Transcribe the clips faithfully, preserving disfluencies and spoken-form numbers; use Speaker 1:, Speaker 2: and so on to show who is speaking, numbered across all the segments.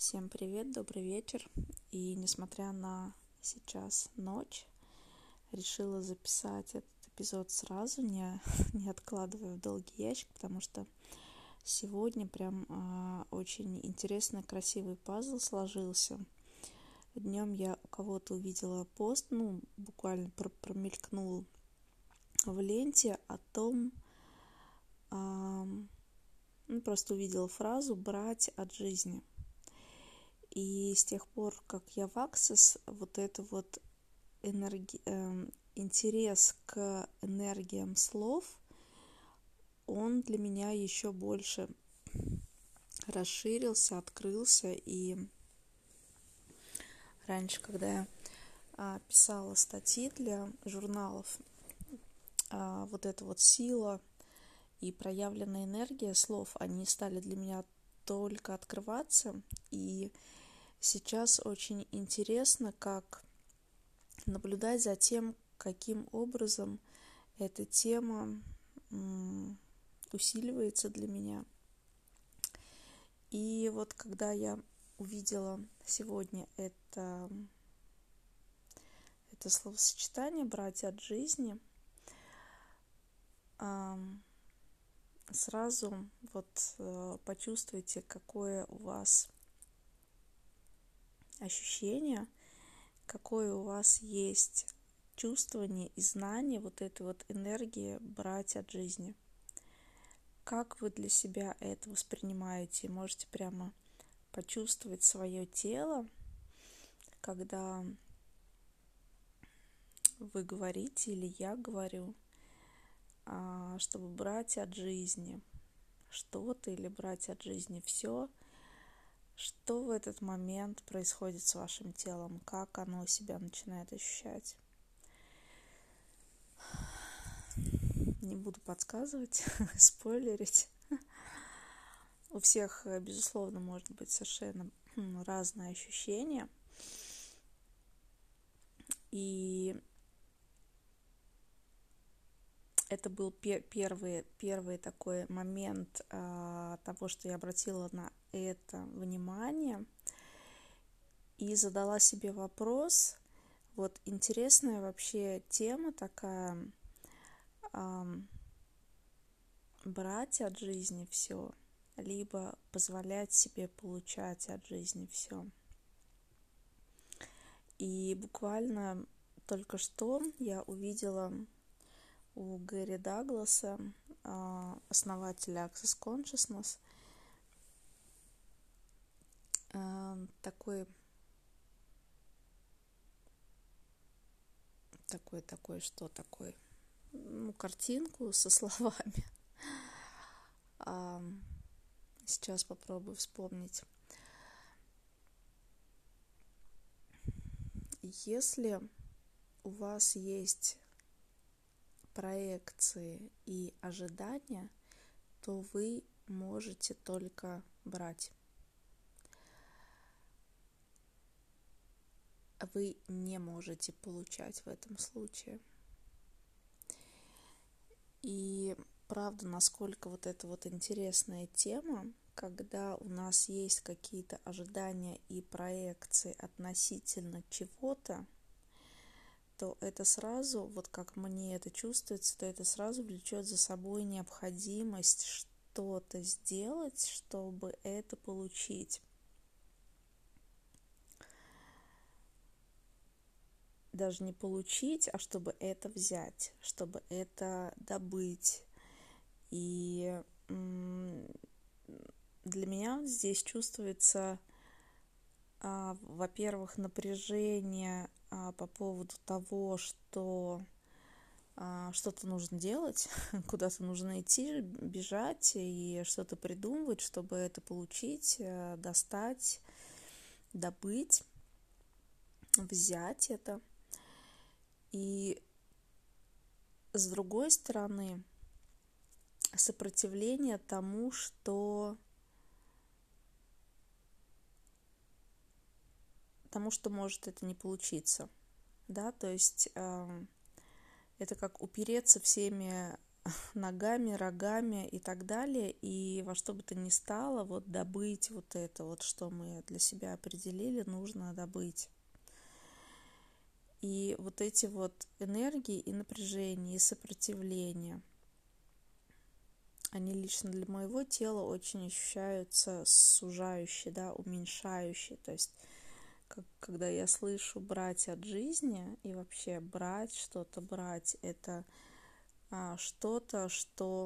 Speaker 1: Всем привет, добрый вечер. И несмотря на сейчас ночь, решила записать этот эпизод сразу, не, не откладывая в долгий ящик, потому что сегодня прям э, очень интересный, красивый пазл сложился. Днем я у кого-то увидела пост, ну, буквально про- промелькнул в ленте о том, э, ну, просто увидела фразу «брать от жизни». И с тех пор, как я в Access, вот это вот энерги... э, интерес к энергиям слов, он для меня еще больше расширился, открылся. И раньше, когда я а, писала статьи для журналов, а, вот эта вот сила и проявленная энергия слов, они стали для меня только открываться. И сейчас очень интересно, как наблюдать за тем, каким образом эта тема м, усиливается для меня. И вот когда я увидела сегодня это, это словосочетание «брать от жизни», ам, сразу вот э, почувствуйте, какое у вас ощущение, какое у вас есть чувствование и знание вот этой вот энергии брать от жизни. Как вы для себя это воспринимаете? Можете прямо почувствовать свое тело, когда вы говорите или я говорю, чтобы брать от жизни что-то или брать от жизни все. Что в этот момент происходит с вашим телом? Как оно себя начинает ощущать? Не буду подсказывать, спойлерить. У всех, безусловно, может быть совершенно разные ощущения. И это был первый, первый такой момент а, того, что я обратила на это внимание и задала себе вопрос. Вот интересная вообще тема такая, а, брать от жизни все, либо позволять себе получать от жизни все. И буквально только что я увидела у Гэри Дагласа, основателя Access Consciousness, такой, такой, такой, что такой, ну, картинку со словами. Сейчас попробую вспомнить. Если у вас есть проекции и ожидания, то вы можете только брать. Вы не можете получать в этом случае. И правда, насколько вот это вот интересная тема, когда у нас есть какие-то ожидания и проекции относительно чего-то, то это сразу, вот как мне это чувствуется, то это сразу влечет за собой необходимость что-то сделать, чтобы это получить. Даже не получить, а чтобы это взять, чтобы это добыть. И для меня здесь чувствуется, а, во-первых, напряжение а, по поводу того, что а, что-то нужно делать, куда-то нужно идти, бежать и что-то придумывать, чтобы это получить, а, достать, добыть, взять это. И с другой стороны, сопротивление тому, что тому, что может это не получиться, да, то есть э, это как упереться всеми ногами, рогами и так далее, и во что бы то ни стало, вот добыть вот это вот, что мы для себя определили, нужно добыть. И вот эти вот энергии и напряжения, и сопротивления, они лично для моего тела очень ощущаются сужающие, да, уменьшающие. То есть, как, когда я слышу брать от жизни и вообще брать что-то, брать, это а, что-то, что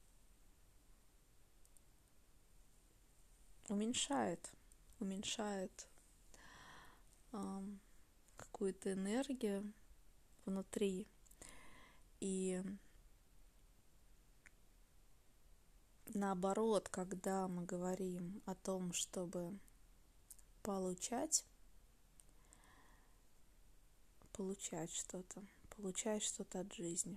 Speaker 1: уменьшает, уменьшает а, какую-то энергию внутри. И наоборот, когда мы говорим о том, чтобы получать, получать что-то, получать что-то от жизни,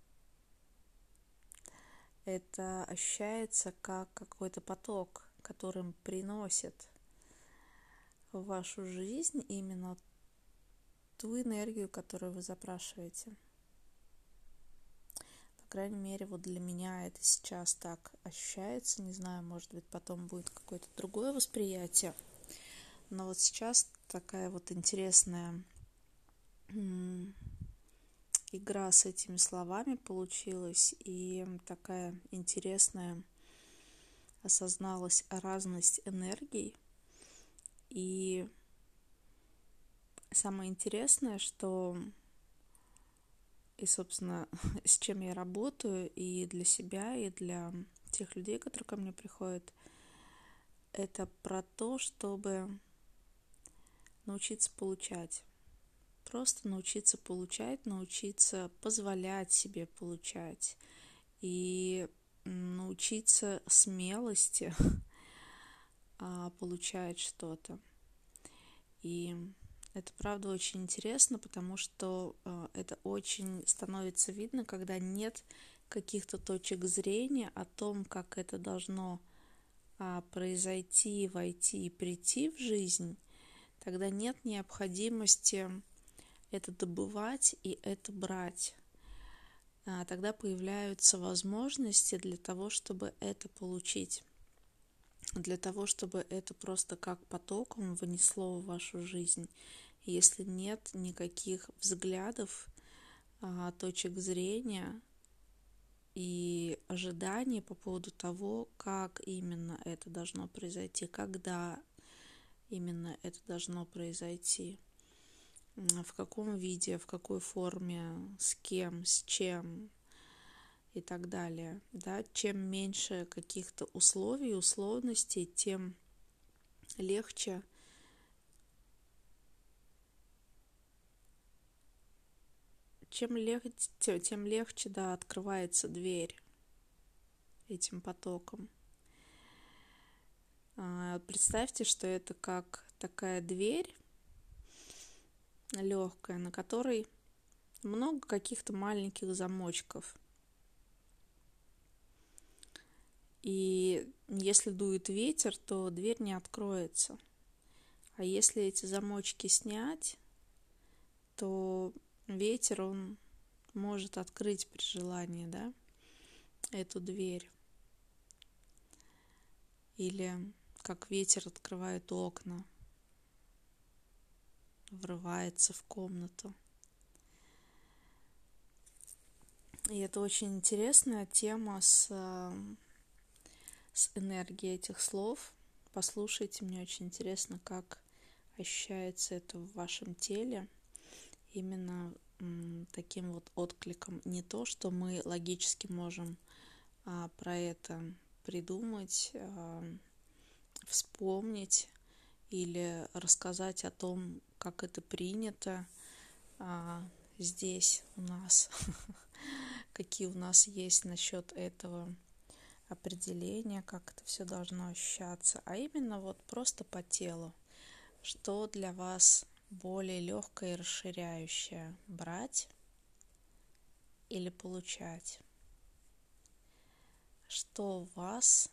Speaker 1: это ощущается как какой-то поток, которым приносит в вашу жизнь именно ту энергию, которую вы запрашиваете. По крайней мере, вот для меня это сейчас так ощущается. Не знаю, может быть, потом будет какое-то другое восприятие. Но вот сейчас такая вот интересная м- игра с этими словами получилась. И такая интересная осозналась разность энергий. И самое интересное, что и, собственно, с чем я работаю и для себя, и для тех людей, которые ко мне приходят, это про то, чтобы научиться получать. Просто научиться получать, научиться позволять себе получать. И научиться смелости получать что-то. И это, правда, очень интересно, потому что э, это очень становится видно, когда нет каких-то точек зрения о том, как это должно а, произойти, войти и прийти в жизнь, тогда нет необходимости это добывать и это брать. А, тогда появляются возможности для того, чтобы это получить, для того, чтобы это просто как потоком внесло в вашу жизнь. Если нет никаких взглядов, точек зрения и ожиданий по поводу того, как именно это должно произойти, когда именно это должно произойти, в каком виде, в какой форме, с кем, с чем и так далее. Да? Чем меньше каких-то условий, условностей, тем легче Чем легче, тем легче, да, открывается дверь этим потоком. Представьте, что это как такая дверь легкая, на которой много каких-то маленьких замочков. И если дует ветер, то дверь не откроется. А если эти замочки снять, то ветер, он может открыть при желании, да, эту дверь. Или как ветер открывает окна, врывается в комнату. И это очень интересная тема с, с энергией этих слов. Послушайте, мне очень интересно, как ощущается это в вашем теле. Именно м, таким вот откликом. Не то, что мы логически можем а, про это придумать, а, вспомнить или рассказать о том, как это принято а, здесь у нас, какие у нас есть насчет этого определения, как это все должно ощущаться, а именно вот просто по телу, что для вас более легкое и расширяющее, брать или получать, что вас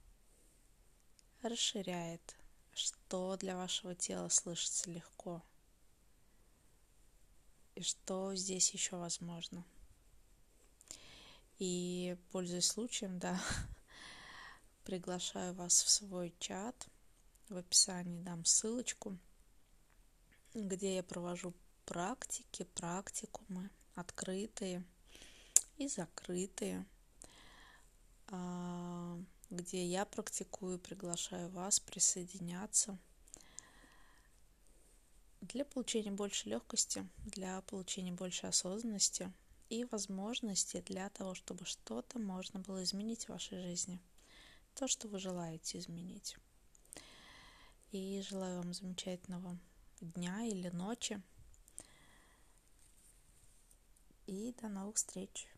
Speaker 1: расширяет, что для вашего тела слышится легко, и что здесь еще возможно. И, пользуясь случаем, да, приглашаю вас в свой чат. В описании дам ссылочку, где я провожу практики, практикумы, открытые и закрытые, где я практикую, приглашаю вас присоединяться для получения большей легкости, для получения большей осознанности и возможности для того, чтобы что-то можно было изменить в вашей жизни, то, что вы желаете изменить. И желаю вам замечательного дня или ночи. И до новых встреч!